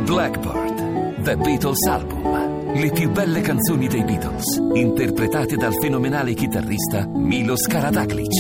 Blackbird, The Beatles Album. Le più belle canzoni dei Beatles, interpretate dal fenomenale chitarrista Milos Karađagić.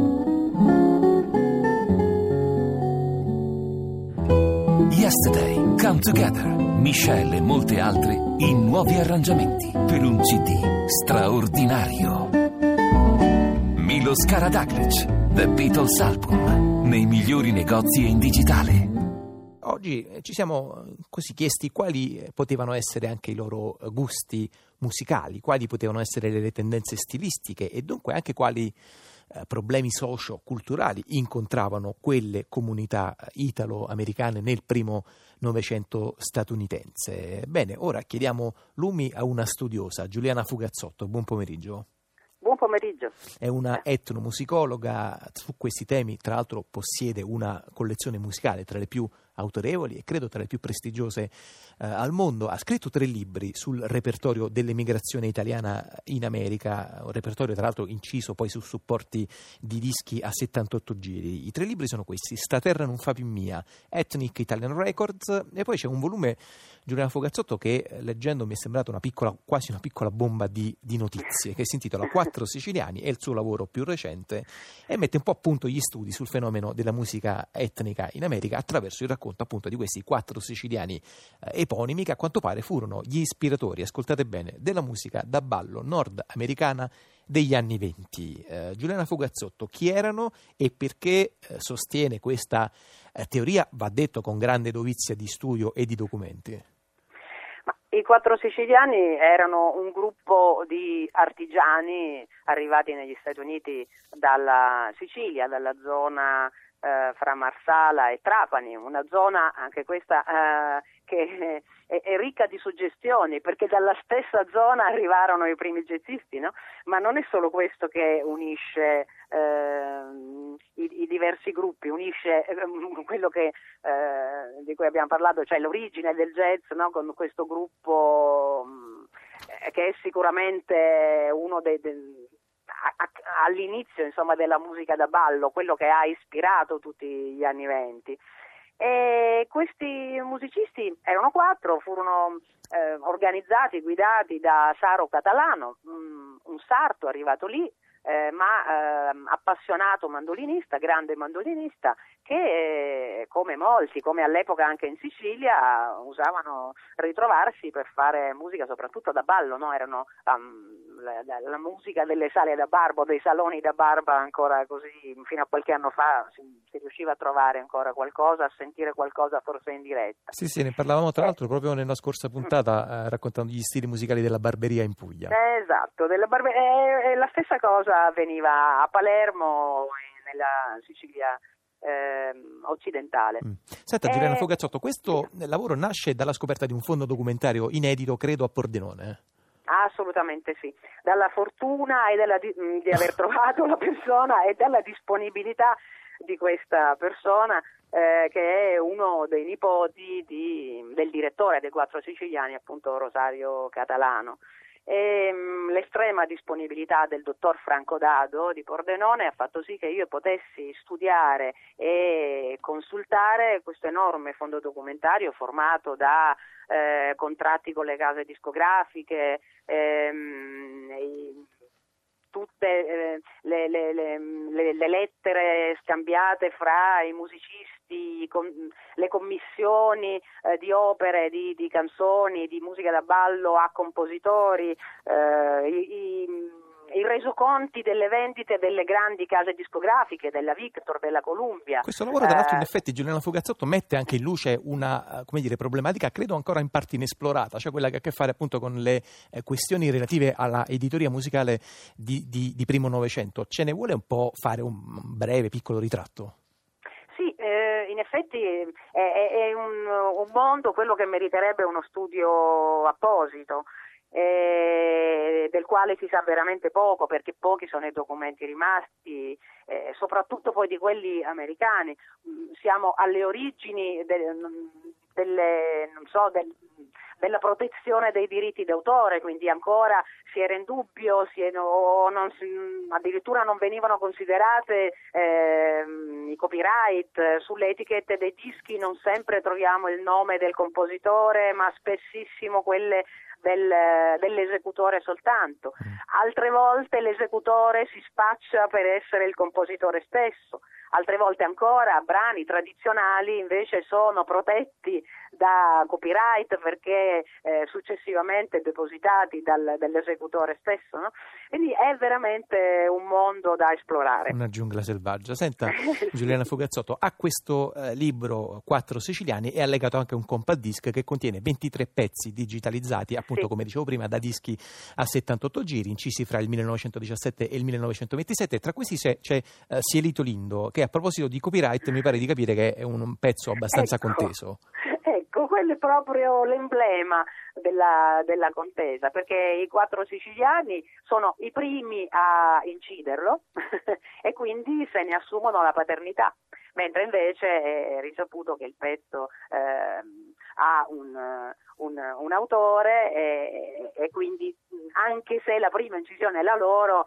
Yesterday, Come Together, Michelle e molte altre in nuovi arrangiamenti per un CD straordinario. Milos Karađagić, The Beatles Album, nei migliori negozi e in digitale. Oggi ci siamo così chiesti quali potevano essere anche i loro gusti musicali, quali potevano essere le tendenze stilistiche e dunque anche quali problemi socio-culturali incontravano quelle comunità italo-americane nel primo Novecento statunitense. Bene, ora chiediamo lumi a una studiosa, Giuliana Fugazzotto. Buon pomeriggio. Buon pomeriggio. È una etnomusicologa, su questi temi tra l'altro possiede una collezione musicale tra le più autorevoli e credo tra le più prestigiose al mondo. Ha scritto 3 libri sul repertorio dell'emigrazione italiana in America, un repertorio tra l'altro inciso poi su supporti di dischi a 78 giri. I 3 libri sono questi: Sta terra non fa più mia, Ethnic Italian Records, e poi c'è un volume, Giuliana Fugazzotto, che leggendo mi è sembrata quasi una piccola bomba di notizie, che si intitola 4 siciliani, è il suo lavoro più recente e mette un po' a punto gli studi sul fenomeno della musica etnica in America attraverso il racconto appunto di questi 4 siciliani eponimi che a quanto pare furono gli ispiratori, ascoltate bene, della musica da ballo nordamericana degli anni 20. Giuliana Fugazzotto, chi erano e perché sostiene questa teoria, va detto con grande dovizia di studio e di documenti? I 4 siciliani erano un gruppo di artigiani arrivati negli Stati Uniti dalla Sicilia, dalla zona fra Marsala e Trapani, una zona anche questa che è ricca di suggestioni, perché dalla stessa zona arrivarono i primi jazzisti, no? Ma non è solo questo che unisce i diversi gruppi, unisce quello che di cui abbiamo parlato, cioè l'origine del jazz, no? Con questo gruppo che è sicuramente uno all'inizio, insomma, della musica da ballo, quello che ha ispirato tutti gli anni 20. E questi musicisti erano 4, furono organizzati, guidati da Saro Catalano, un sarto arrivato lì, ma appassionato mandolinista, grande mandolinista, che come molti, come all'epoca anche in Sicilia, usavano ritrovarsi per fare musica soprattutto da ballo, no? Erano la musica delle sale da barba, dei saloni da barba, ancora così, fino a qualche anno fa si riusciva a trovare ancora qualcosa, a sentire qualcosa forse in diretta. Sì, ne parlavamo tra l'altro proprio nella scorsa puntata, raccontando gli stili musicali della barberia in Puglia. Esatto, la stessa cosa avveniva a Palermo e nella Sicilia occidentale. Senta, Giuliana Fugazzotto, questo lavoro nasce dalla scoperta di un fondo documentario inedito, credo, a Pordenone. Assolutamente sì, dalla fortuna e di aver trovato la persona e dalla disponibilità di questa persona che è uno dei nipoti del direttore dei 4 siciliani, appunto Rosario Catalano. E l'estrema disponibilità del dottor Franco Dado di Pordenone ha fatto sì che io potessi studiare e consultare questo enorme fondo documentario formato da contratti con le case discografiche, tutte le lettere scambiate fra i musicisti, le commissioni di opere, di canzoni, di musica da ballo a compositori, i resoconti delle vendite delle grandi case discografiche, della Victor, della Columbia. Questo lavoro, tra l'altro, in effetti, Giuliana Fugazzotto mette anche in luce una problematica, credo ancora in parte inesplorata, cioè quella che ha a che fare appunto con le questioni relative alla editoria musicale di primo Novecento. Ce ne vuole un po' fare un breve, piccolo ritratto? Sì, in effetti è un mondo, quello che meriterebbe uno studio apposito. Del quale si sa veramente poco, perché pochi sono i documenti rimasti, soprattutto poi di quelli americani. Siamo alle origini della protezione dei diritti d'autore, quindi ancora si era in dubbio, addirittura non venivano considerate i copyright. Sulle etichette dei dischi non sempre troviamo il nome del compositore, ma spessissimo quelle dell'esecutore soltanto. Altre volte l'esecutore si spaccia per essere il compositore stesso. Altre volte ancora brani tradizionali invece sono protetti da copyright perché successivamente depositati dall'esecutore stesso, no? Quindi è veramente un mondo da esplorare. Una giungla selvaggia. Senta, Giuliana Fugazzotto, a questo libro Quattro Siciliani è allegato anche un compact disc che contiene 23 pezzi digitalizzati, appunto, come dicevo prima, da dischi a 78 giri, incisi fra il 1917 e il 1927. Tra questi c'è Cielito Lindo, che a proposito di copyright mi pare di capire che è un pezzo abbastanza conteso. Ecco, quello è proprio l'emblema della contesa, perché i Quattro Siciliani sono i primi a inciderlo e quindi se ne assumono la paternità, mentre invece è risaputo che il pezzo ha un autore e quindi anche se la prima incisione è la loro,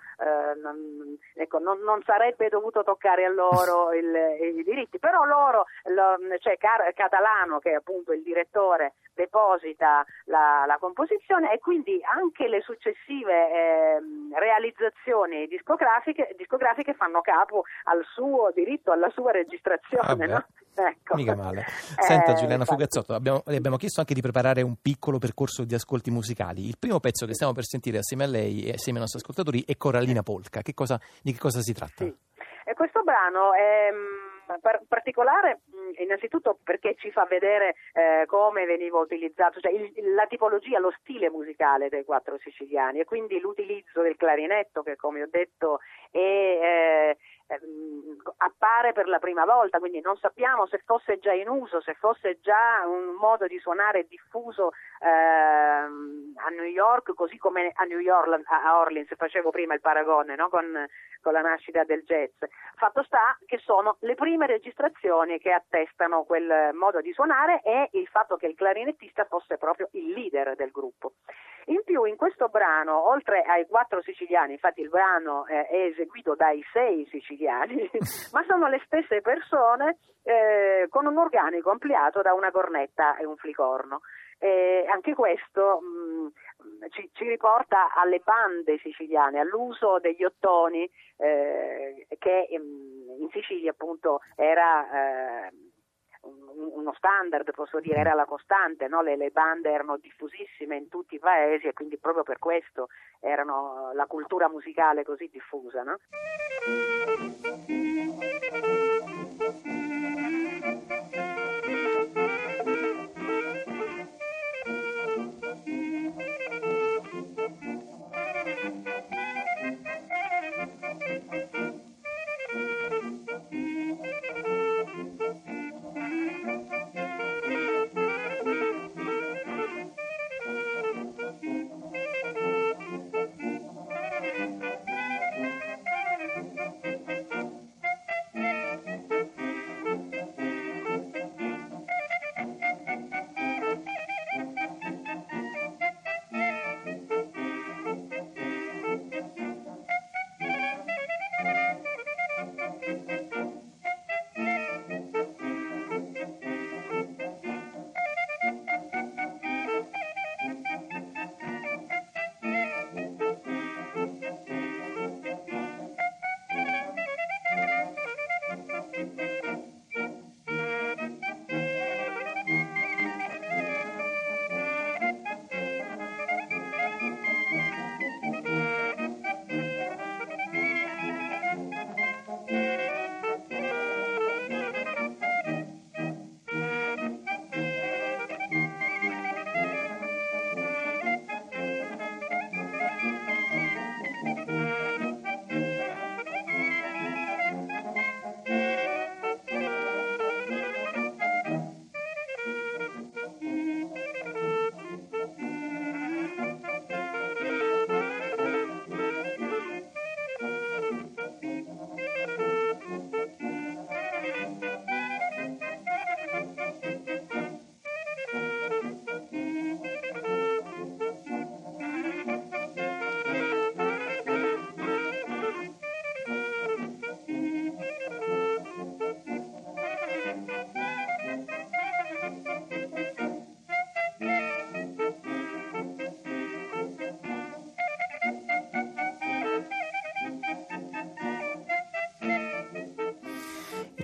non sarebbe dovuto toccare a loro i diritti, però loro, c'è Catalano che è appunto il direttore, deposita la composizione e quindi anche le successive realizzazioni discografiche fanno capo al suo diritto, alla sua registrazione, no? Ecco. Mica male. Senta, Giuliana Fugazzotto, le abbiamo chiesto anche di preparare un piccolo percorso di ascolti musicali. Il primo pezzo che stiamo per sentire assieme a lei e assieme ai nostri ascoltatori è Corallina Polka. Di che cosa si tratta? Sì. E questo brano è particolare innanzitutto perché ci fa vedere come veniva utilizzato, cioè la tipologia, lo stile musicale dei Quattro Siciliani e quindi l'utilizzo del clarinetto che, come ho detto, appare per la prima volta, quindi non sappiamo se fosse già in uso, se fosse già un modo di suonare diffuso a New York, così come a Orleans, facevo prima il paragone, no? con la nascita del jazz. Fatto sta che sono le prime registrazioni che attestano quel modo di suonare e il fatto che il clarinettista fosse proprio il leader del gruppo. In più, in questo brano, oltre ai Quattro Siciliani, infatti il brano è eseguito dai 6 siciliani, ma sono le stesse persone con un organico ampliato da una cornetta e un flicorno. Anche questo ci riporta alle bande siciliane, all'uso degli ottoni che in Sicilia appunto era uno standard, posso dire, era la costante, no? Le bande erano diffusissime in tutti i paesi e quindi proprio per questo erano la cultura musicale così diffusa, no?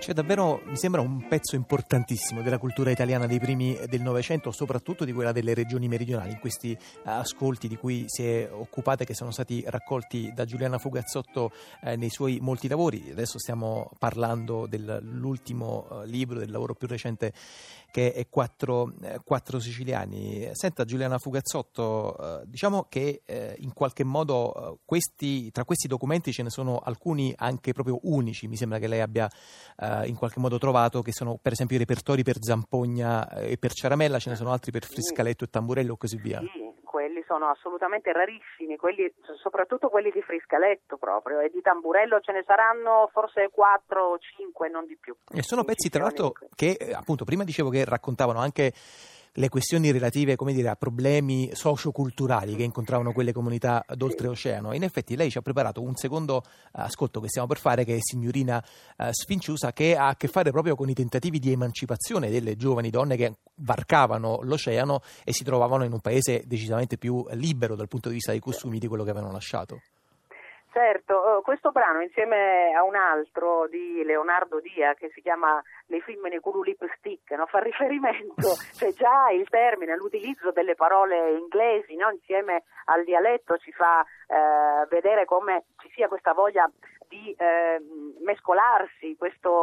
C'è davvero, mi sembra, un pezzo importantissimo della cultura italiana dei primi del Novecento, soprattutto di quella delle regioni meridionali, in questi ascolti di cui si è occupata, che sono stati raccolti da Giuliana Fugazzotto nei suoi molti lavori. Adesso stiamo parlando dell'ultimo libro, del lavoro più recente, che è Quattro siciliani. Senta, Giuliana Fugazzotto, diciamo che in qualche modo tra questi documenti ce ne sono alcuni anche proprio unici, mi sembra che lei abbia in qualche modo trovato, che sono per esempio i repertori per Zampogna e per Ciaramella, ce ne sono altri per Friscaletto e Tamburello, o così via. Sì, quelli sono assolutamente rarissimi, soprattutto quelli di Friscaletto proprio, e di Tamburello ce ne saranno forse 4 o 5, non di più. E sono pezzi, tra l'altro, che appunto prima dicevo che raccontavano anche le questioni relative, come dire, a problemi socioculturali che incontravano quelle comunità d'oltreoceano. In effetti lei ci ha preparato un secondo ascolto che stiamo per fare, che è Signorina Sfinciusa, che ha a che fare proprio con i tentativi di emancipazione delle giovani donne che varcavano l'oceano e si trovavano in un paese decisamente più libero dal punto di vista dei costumi di quello che avevano lasciato. Certo, questo brano insieme a un altro di Leonardo Dia che si chiama Le femmine con un lipstick, no? Fa riferimento, c'è già il termine, l'utilizzo delle parole inglesi, no? Insieme al dialetto ci fa vedere come ci sia questa voglia di mescolarsi,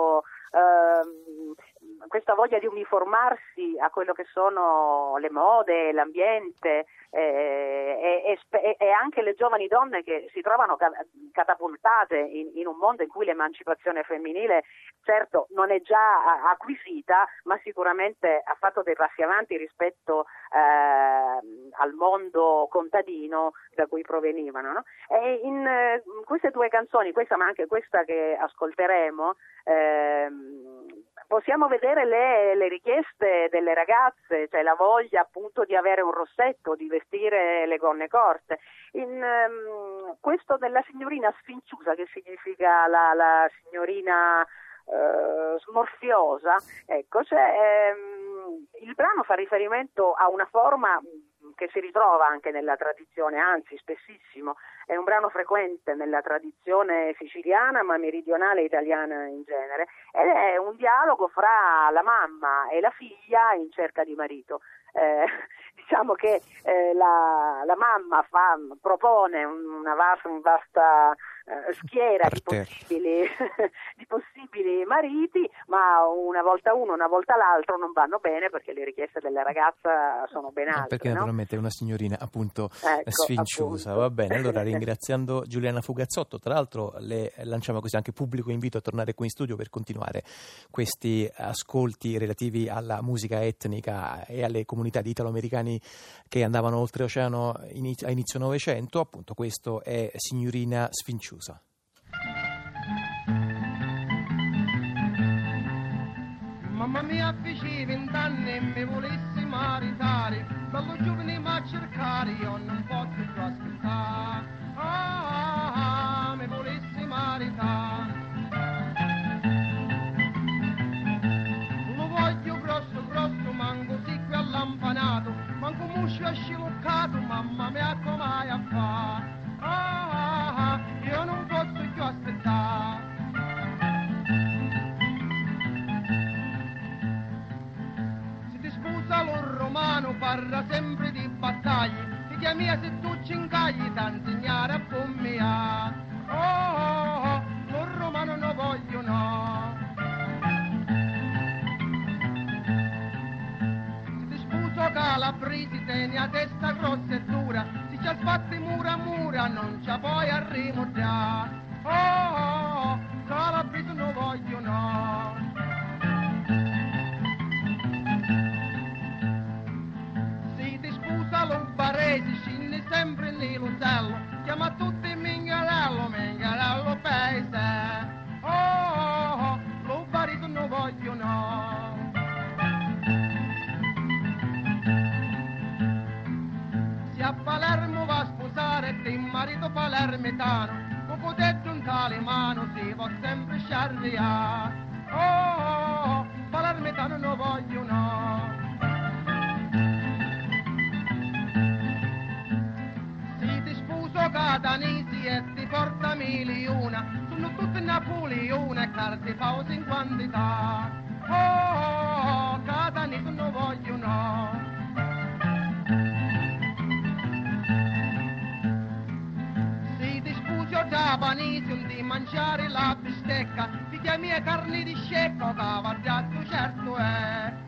questa voglia di uniformarsi a quello che sono le mode, l'ambiente e anche le giovani donne che si trovano catapultate in un mondo in cui l'emancipazione femminile certo non è già acquisita, ma sicuramente ha fatto dei passi avanti rispetto al mondo contadino da cui provenivano, no? E in queste due canzoni, questa ma anche questa che ascolteremo, possiamo vedere le richieste delle ragazze, cioè la voglia appunto di avere un rossetto, di vestire le gonne corte. In questo della signorina Sfinciusa, che significa la signorina smorfiosa, ecco, il brano fa riferimento a una forma che si ritrova anche nella tradizione, anzi spessissimo, è un brano frequente nella tradizione siciliana ma meridionale italiana in genere, ed è un dialogo fra la mamma e la figlia in cerca di marito. Diciamo che la mamma propone una vasta schiera di possibili mariti, ma una volta uno, una volta l'altro non vanno bene perché le richieste della ragazza sono ben altre. Perché naturalmente è una signorina appunto sfinciusa. Appunto. Va bene, allora ringraziando Giuliana Fugazzotto, tra l'altro le lanciamo così anche pubblico invito a tornare qui in studio per continuare questi ascolti relativi alla musica etnica e alle comunità di italo-americani che andavano oltreoceano a inizio Novecento. Appunto questo è Signorina Sfinciusa. Mamma mia, avvicini 20 anni e mi volessi maritare, bello giovane ma cercare io non posso più aspettare, mi volessi maritare. Lo voglio grosso grosso, manco sì qui allampanato, manco muscio asciuccato, mamma mia come a fare, io non posso più aspettare. Lo romano parla sempre di battaglie, figlia mia se tu ci incagli da insegnare a pommia. Lo romano non voglio no. Se ti sposo calabresi tieni a testa grossa e dura, se ci ha sfatti mura a mura non ci puoi arrimordiare. Calabresi non voglio no. Lo baresi scinni sempre nell'usello, chiama tutti mingarello, mingarello paese. Lo baresi non voglio no. Se a Palermo va a sposare il marito palermitano, poco detto un tale mano si va sempre sciarriare. Palermitano non voglio no. Catanesi e ti porta miliona, sono tutti Napoleone che mangiare pausa in quantità. Oh, catanico non voglio no. Si dispugio giapponese di mangiare la bistecca, ti chiami carne di scecco, cavardiato certo è.